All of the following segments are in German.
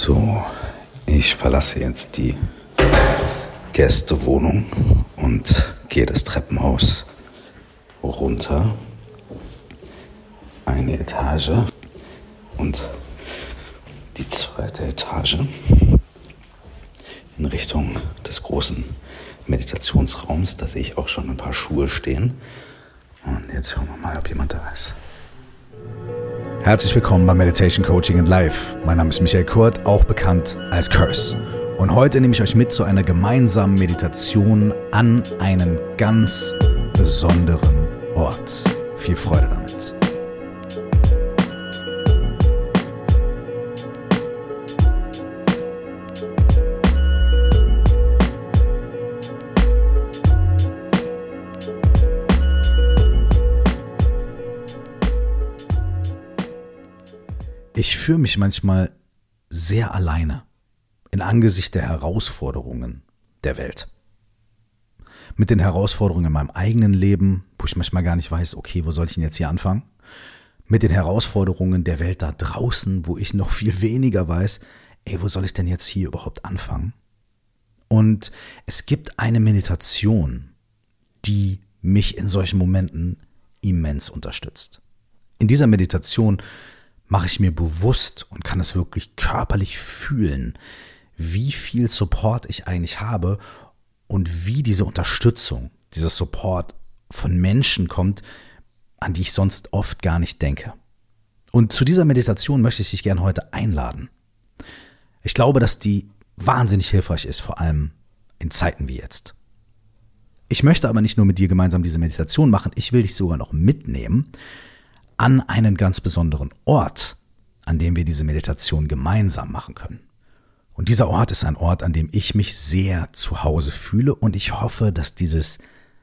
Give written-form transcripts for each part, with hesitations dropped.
So, ich verlasse jetzt die Gästewohnung und gehe das Treppenhaus runter. Eine Etage und die zweite Etage in Richtung des großen Meditationsraums. Da sehe ich auch schon ein paar Schuhe stehen. Und jetzt schauen wir mal, ob jemand da ist. Herzlich willkommen bei Meditation Coaching and Life. Mein Name ist Michael Kurt, auch bekannt als Curse. Und heute nehme ich euch mit zu einer gemeinsamen Meditation an einen ganz besonderen Ort. Viel Freude damit. Ich fühle mich manchmal sehr alleine in Angesicht der Herausforderungen der Welt. Mit den Herausforderungen in meinem eigenen Leben, wo ich manchmal gar nicht weiß, okay, wo soll ich denn jetzt hier anfangen? Mit den Herausforderungen der Welt da draußen, wo ich noch viel weniger weiß, wo soll ich denn jetzt hier überhaupt anfangen? Und es gibt eine Meditation, die mich in solchen Momenten immens unterstützt. In dieser Meditation mache ich mir bewusst und kann es wirklich körperlich fühlen, wie viel Support ich eigentlich habe und wie diese Unterstützung, dieser Support von Menschen kommt, an die ich sonst oft gar nicht denke. Und zu dieser Meditation möchte ich dich gerne heute einladen. Ich glaube, dass die wahnsinnig hilfreich ist, vor allem in Zeiten wie jetzt. Ich möchte aber nicht nur mit dir gemeinsam diese Meditation machen, ich will dich sogar noch mitnehmen an einen ganz besonderen Ort, an dem wir diese Meditation gemeinsam machen können. Und dieser Ort ist ein Ort, an dem ich mich sehr zu Hause fühle und ich hoffe, dass dieses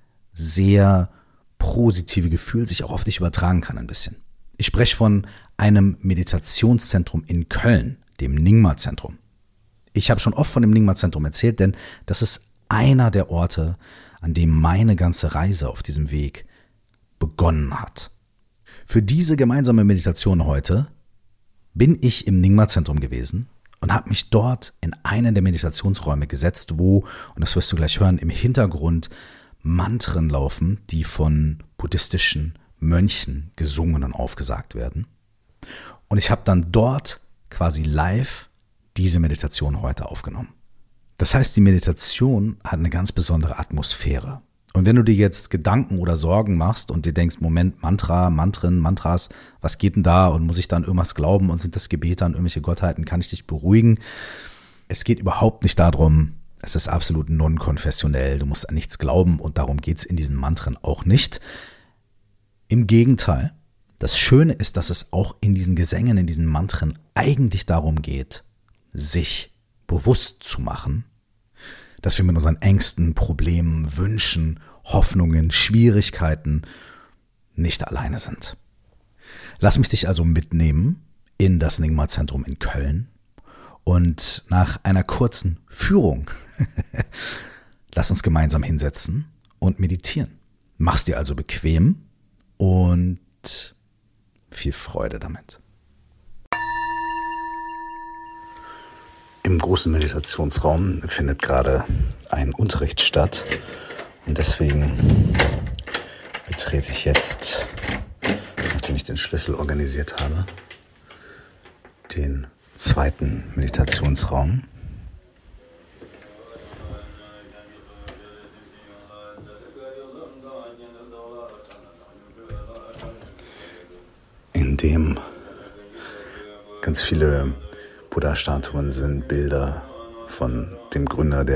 sehr positive Gefühl sich auch auf dich übertragen kann ein bisschen. Ich spreche von einem Meditationszentrum in Köln, dem Nyingma-Zentrum. Ich habe schon oft von dem Nyingma-Zentrum erzählt, denn das ist einer der Orte, an dem meine ganze Reise auf diesem Weg begonnen hat. Für diese gemeinsame Meditation heute bin ich im Nyingma-Zentrum gewesen und habe mich dort in einen der Meditationsräume gesetzt, wo, und das wirst du gleich hören, im Hintergrund Mantren laufen, die von buddhistischen Mönchen gesungen und aufgesagt werden. Und ich habe dann dort quasi live diese Meditation heute aufgenommen. Das heißt, die Meditation hat eine ganz besondere Atmosphäre. Und wenn du dir jetzt Gedanken oder Sorgen machst und dir denkst, Moment, Mantras, was geht denn da und muss ich dann irgendwas glauben und sind das Gebete an irgendwelche Gottheiten, kann ich dich beruhigen? Es geht überhaupt nicht darum, es ist absolut non-konfessionell, du musst an nichts glauben und darum geht es in diesen Mantren auch nicht. Im Gegenteil, das Schöne ist, dass es auch in diesen Gesängen, in diesen Mantren eigentlich darum geht, sich bewusst zu machen, dass wir mit unseren Ängsten, Problemen, Wünschen, Hoffnungen, Schwierigkeiten nicht alleine sind. Lass mich dich also mitnehmen in das Nyingma-Zentrum in Köln und nach einer kurzen Führung lass uns gemeinsam hinsetzen und meditieren. Mach's dir also bequem und viel Freude damit. Im großen Meditationsraum findet gerade ein Unterricht statt und deswegen betrete ich jetzt, nachdem ich den Schlüssel organisiert habe, den zweiten Meditationsraum. In dem ganz viele Buddha-Statuen sind, Bilder von dem Gründer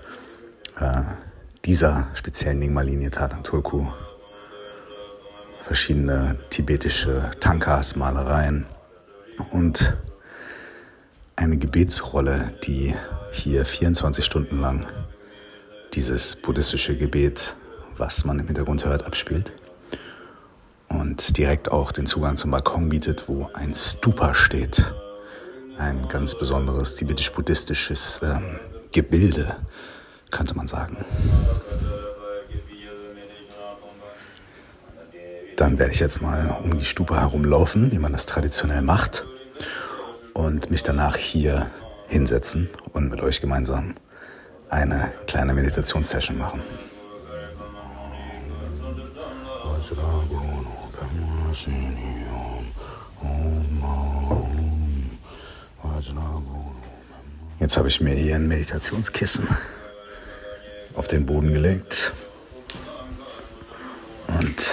dieser speziellen Nyingma-Linie, Thadang Tulku, verschiedene tibetische Tankas, Malereien und eine Gebetsrolle, die hier 24 Stunden lang dieses buddhistische Gebet, was man im Hintergrund hört, abspielt und direkt auch den Zugang zum Balkon bietet, wo ein Stupa steht. Ein ganz besonderes tibetisch-buddhistisches Gebilde, könnte man sagen. Dann werde ich jetzt mal um die Stupa herumlaufen, wie man das traditionell macht, und mich danach hier hinsetzen und mit euch gemeinsam eine kleine Meditationssession machen. Jetzt habe ich mir hier ein Meditationskissen auf den Boden gelegt und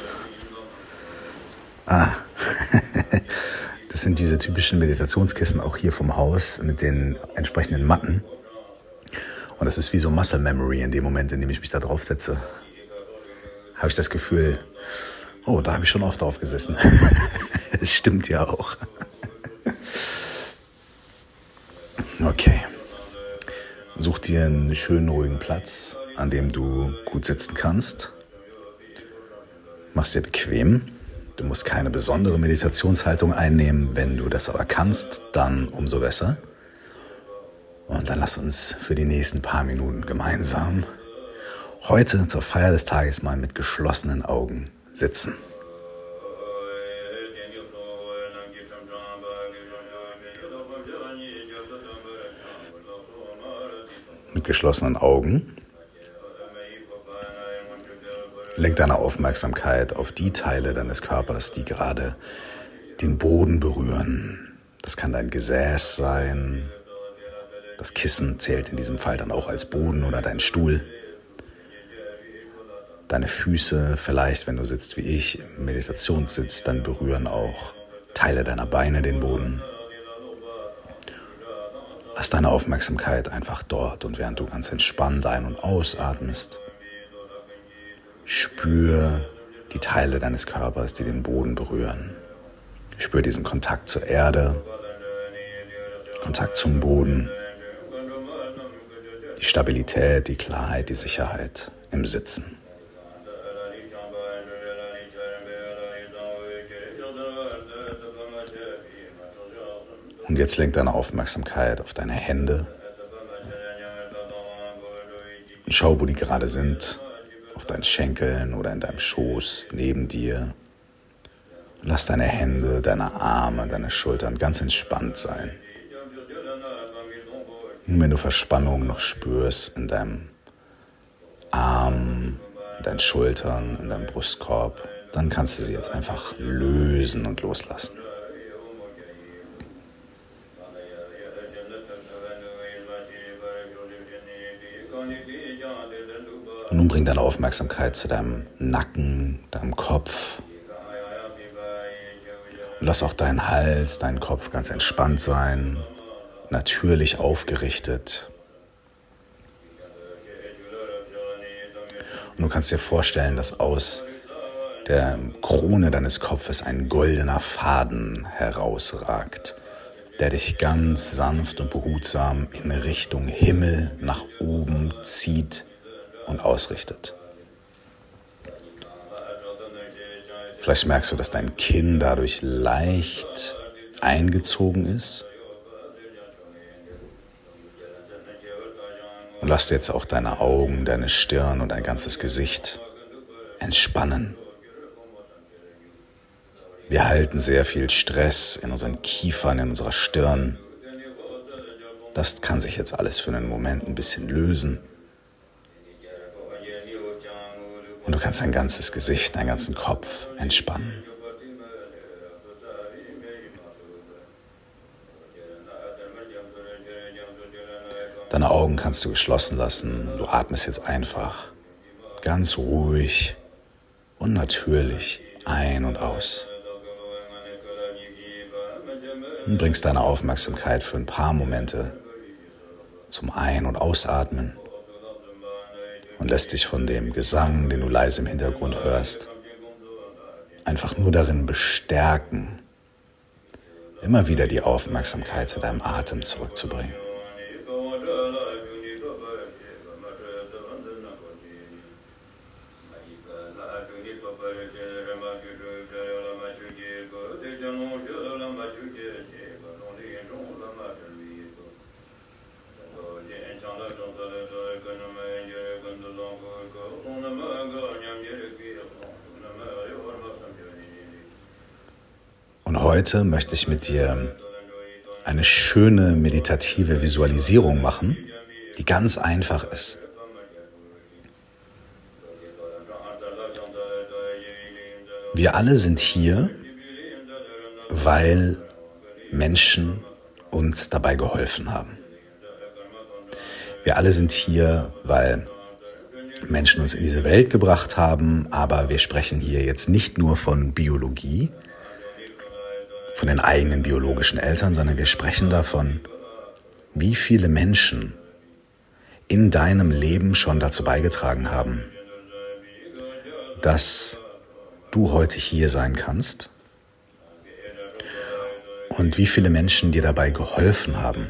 das sind diese typischen Meditationskissen auch hier vom Haus mit den entsprechenden Matten. Und das ist wie so Muscle Memory in dem Moment, in dem ich mich da drauf setze. Habe ich das Gefühl, oh, da habe ich schon oft drauf gesessen. Das stimmt ja auch. Okay. Such dir einen schönen, ruhigen Platz, an dem du gut sitzen kannst. Mach's dir bequem. Du musst keine besondere Meditationshaltung einnehmen. Wenn du das aber kannst, dann umso besser. Und dann lass uns für die nächsten paar Minuten gemeinsam heute zur Feier des Tages mal mit geschlossenen Augen sitzen. Mit geschlossenen Augen lenk deine Aufmerksamkeit auf die Teile deines Körpers, die gerade den Boden berühren. Das kann dein Gesäß sein. Das Kissen zählt in diesem Fall dann auch als Boden oder dein Stuhl. Deine Füße, vielleicht wenn du sitzt wie ich, im Meditationssitz, dann berühren auch Teile deiner Beine den Boden. Lass deine Aufmerksamkeit einfach dort und während du ganz entspannt ein- und ausatmest, spür die Teile deines Körpers, die den Boden berühren. Spür diesen Kontakt zur Erde, Kontakt zum Boden, die Stabilität, die Klarheit, die Sicherheit im Sitzen. Und jetzt lenk deine Aufmerksamkeit auf deine Hände und schau, wo die gerade sind, auf deinen Schenkeln oder in deinem Schoß, neben dir. Lass deine Hände, deine Arme, deine Schultern ganz entspannt sein. Und wenn du Verspannung noch spürst in deinem Arm, in deinen Schultern, in deinem Brustkorb, dann kannst du sie jetzt einfach lösen und loslassen. Und nun bring deine Aufmerksamkeit zu deinem Nacken, deinem Kopf. Und lass auch deinen Hals, deinen Kopf ganz entspannt sein, natürlich aufgerichtet. Und du kannst dir vorstellen, dass aus der Krone deines Kopfes ein goldener Faden herausragt, der dich ganz sanft und behutsam in Richtung Himmel nach oben zieht und ausrichtet. Vielleicht merkst du, dass dein Kinn dadurch leicht eingezogen ist. Und lass jetzt auch deine Augen, deine Stirn und dein ganzes Gesicht entspannen. Wir halten sehr viel Stress in unseren Kiefern, in unserer Stirn. Das kann sich jetzt alles für einen Moment ein bisschen lösen. Und du kannst dein ganzes Gesicht, deinen ganzen Kopf entspannen. Deine Augen kannst du geschlossen lassen. Du atmest jetzt einfach ganz ruhig und natürlich ein und aus. Und bringst deine Aufmerksamkeit für ein paar Momente zum Ein- und Ausatmen und lässt dich von dem Gesang, den du leise im Hintergrund hörst, einfach nur darin bestärken, immer wieder die Aufmerksamkeit zu deinem Atem zurückzubringen. Und heute möchte ich mit dir eine schöne meditative Visualisierung machen, die ganz einfach ist. Wir alle sind hier, weil Menschen uns dabei geholfen haben. Wir alle sind hier, weil Menschen uns in diese Welt gebracht haben, aber wir sprechen hier jetzt nicht nur von Biologie, von den eigenen biologischen Eltern, sondern wir sprechen davon, wie viele Menschen in deinem Leben schon dazu beigetragen haben, dass du heute hier sein kannst und wie viele Menschen dir dabei geholfen haben,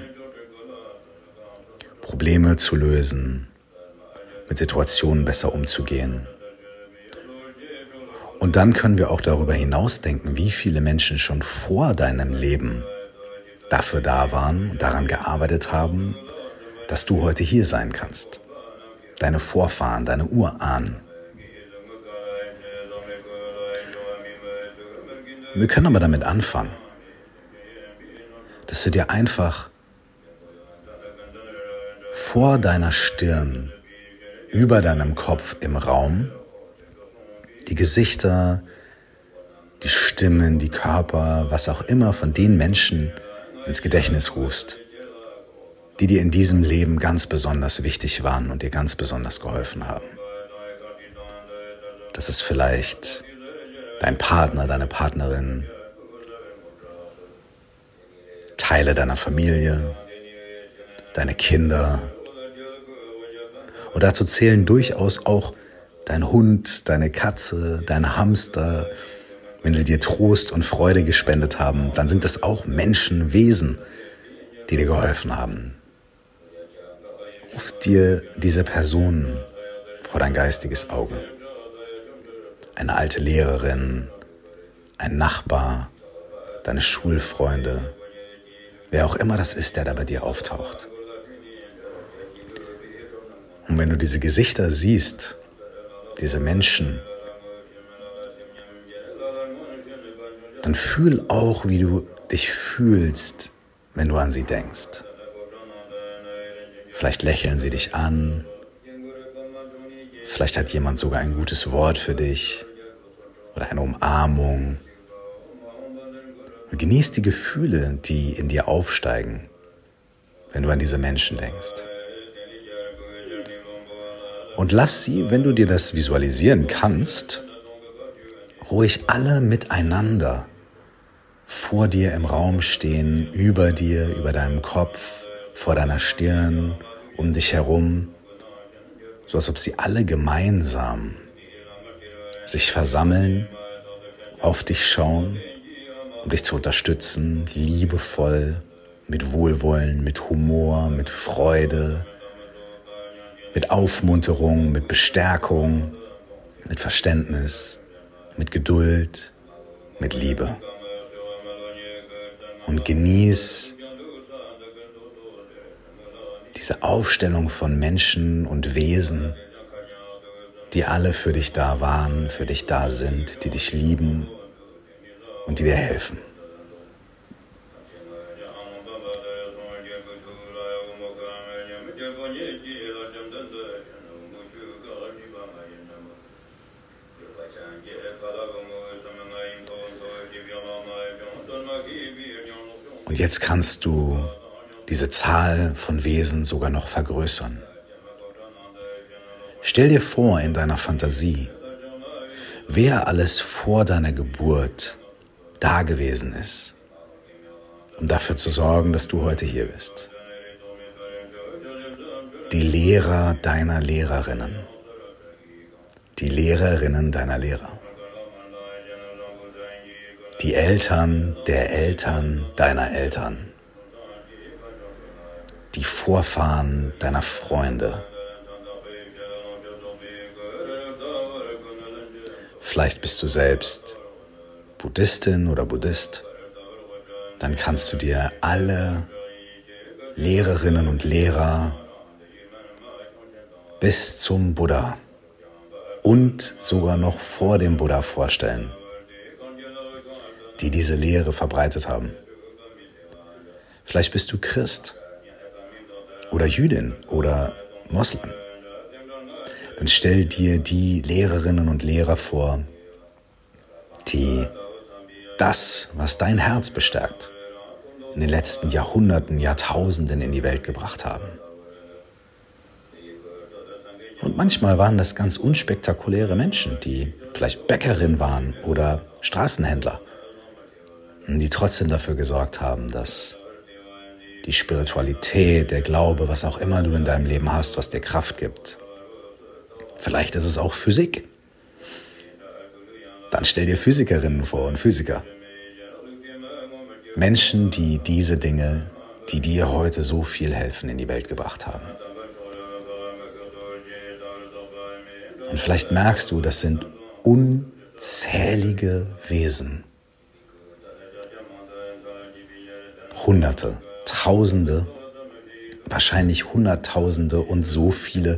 Probleme zu lösen, mit Situationen besser umzugehen. Und dann können wir auch darüber hinausdenken, wie viele Menschen schon vor deinem Leben dafür da waren und daran gearbeitet haben, dass du heute hier sein kannst. Deine Vorfahren, deine Urahnen. Wir können aber damit anfangen, dass du dir einfach vor deiner Stirn, über deinem Kopf im Raum, die Gesichter, die Stimmen, die Körper, was auch immer von den Menschen ins Gedächtnis rufst, die dir in diesem Leben ganz besonders wichtig waren und dir ganz besonders geholfen haben. Das ist vielleicht dein Partner, deine Partnerin, Teile deiner Familie, deine Kinder. Und dazu zählen durchaus auch dein Hund, deine Katze, dein Hamster. Wenn sie dir Trost und Freude gespendet haben, dann sind das auch Menschen, Wesen, die dir geholfen haben. Ruf dir diese Personen vor dein geistiges Auge. Eine alte Lehrerin, ein Nachbar, deine Schulfreunde, wer auch immer das ist, der da bei dir auftaucht. Und wenn du diese Gesichter siehst, diese Menschen, dann fühl auch, wie du dich fühlst, wenn du an sie denkst. Vielleicht lächeln sie dich an, vielleicht hat jemand sogar ein gutes Wort für dich oder eine Umarmung. Und genieß die Gefühle, die in dir aufsteigen, wenn du an diese Menschen denkst. Und lass sie, wenn du dir das visualisieren kannst, ruhig alle miteinander vor dir im Raum stehen, über dir, über deinem Kopf, vor deiner Stirn, um dich herum, so als ob sie alle gemeinsam sich versammeln, auf dich schauen, um dich zu unterstützen, liebevoll, mit Wohlwollen, mit Humor, mit Freude, mit Aufmunterung, mit Bestärkung, mit Verständnis, mit Geduld, mit Liebe. Und genieß diese Aufstellung von Menschen und Wesen, die alle für dich da waren, für dich da sind, die dich lieben und die dir helfen. Und jetzt kannst du diese Zahl von Wesen sogar noch vergrößern. Stell dir vor in deiner Fantasie, wer alles vor deiner Geburt da gewesen ist, um dafür zu sorgen, dass du heute hier bist. Die Lehrer deiner Lehrerinnen, die Lehrerinnen deiner Lehrer, die Eltern der Eltern deiner Eltern, die Vorfahren deiner Freunde. Vielleicht bist du selbst Buddhistin oder Buddhist. Dann kannst du dir alle Lehrerinnen und Lehrer bis zum Buddha und sogar noch vor dem Buddha vorstellen, die diese Lehre verbreitet haben. Vielleicht bist du Christ oder Jüdin oder Moslem. Dann stell dir die Lehrerinnen und Lehrer vor, die das, was dein Herz bestärkt, in den letzten Jahrhunderten, Jahrtausenden in die Welt gebracht haben. Und manchmal waren das ganz unspektakuläre Menschen, die vielleicht Bäckerin waren oder Straßenhändler, die trotzdem dafür gesorgt haben, dass die Spiritualität, der Glaube, was auch immer du in deinem Leben hast, was dir Kraft gibt. Vielleicht ist es auch Physik. Dann stell dir Physikerinnen vor und Physiker. Menschen, die diese Dinge, die dir heute so viel helfen, in die Welt gebracht haben. Und vielleicht merkst du, das sind unzählige Wesen. Hunderte, Tausende, wahrscheinlich Hunderttausende und so viele,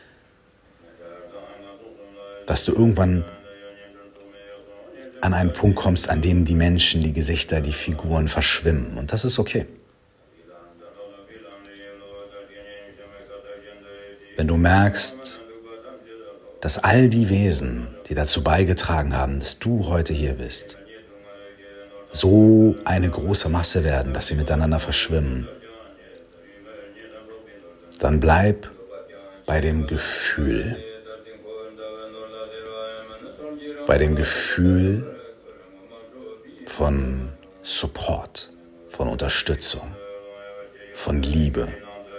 dass du irgendwann an einen Punkt kommst, an dem die Menschen, die Gesichter, die Figuren verschwimmen. Und das ist okay. Wenn du merkst, dass all die Wesen, die dazu beigetragen haben, dass du heute hier bist, so eine große Masse werden, dass sie miteinander verschwimmen, dann bleib bei dem Gefühl. Bei dem Gefühl von Support, von Unterstützung, von Liebe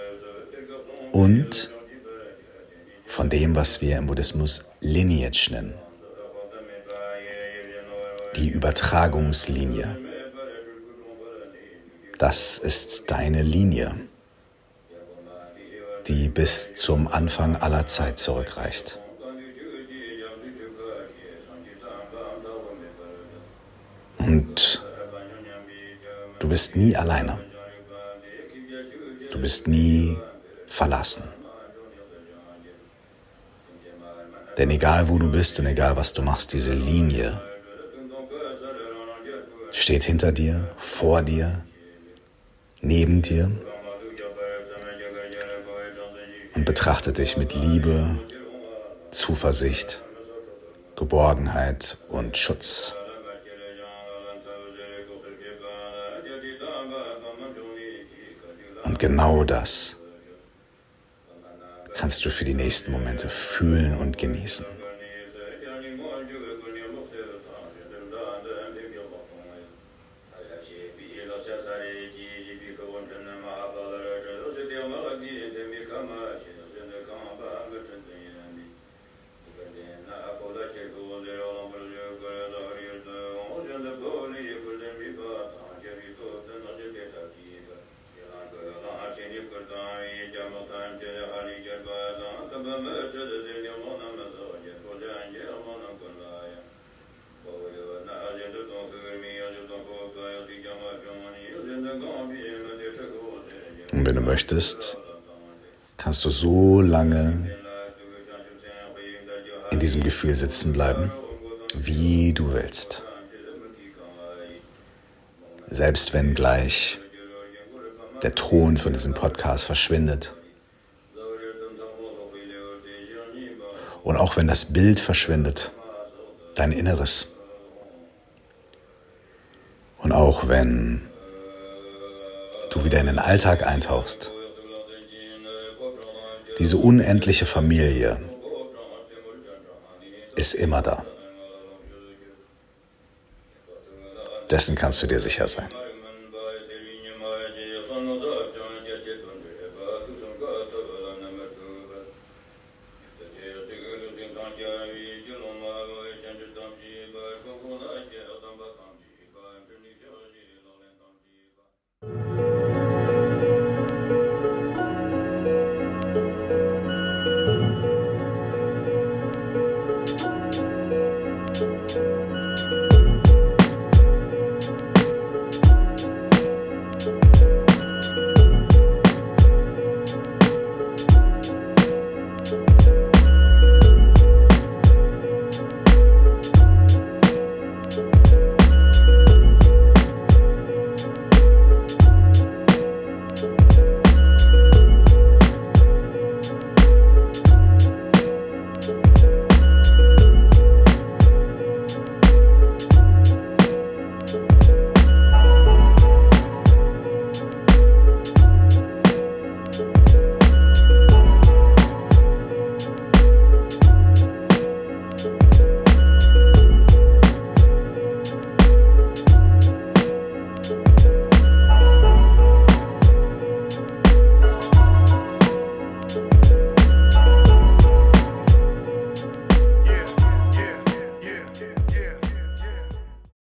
und von dem, was wir im Buddhismus Lineage nennen. Die Übertragungslinie. Das ist deine Linie, die bis zum Anfang aller Zeit zurückreicht. Und du bist nie alleine. Du bist nie verlassen. Denn egal wo du bist und egal was du machst, diese Linie steht hinter dir, vor dir, neben dir und betrachtet dich mit Liebe, Zuversicht, Geborgenheit und Schutz. Und genau das kannst du für die nächsten Momente fühlen und genießen. Und wenn du möchtest, kannst du so lange in diesem Gefühl sitzen bleiben, wie du willst. Selbst wenn gleich der Ton von diesem Podcast verschwindet und auch wenn das Bild verschwindet, dein Inneres. Und auch wenn du wieder in den Alltag eintauchst, diese unendliche Familie ist immer da. Dessen kannst du dir sicher sein.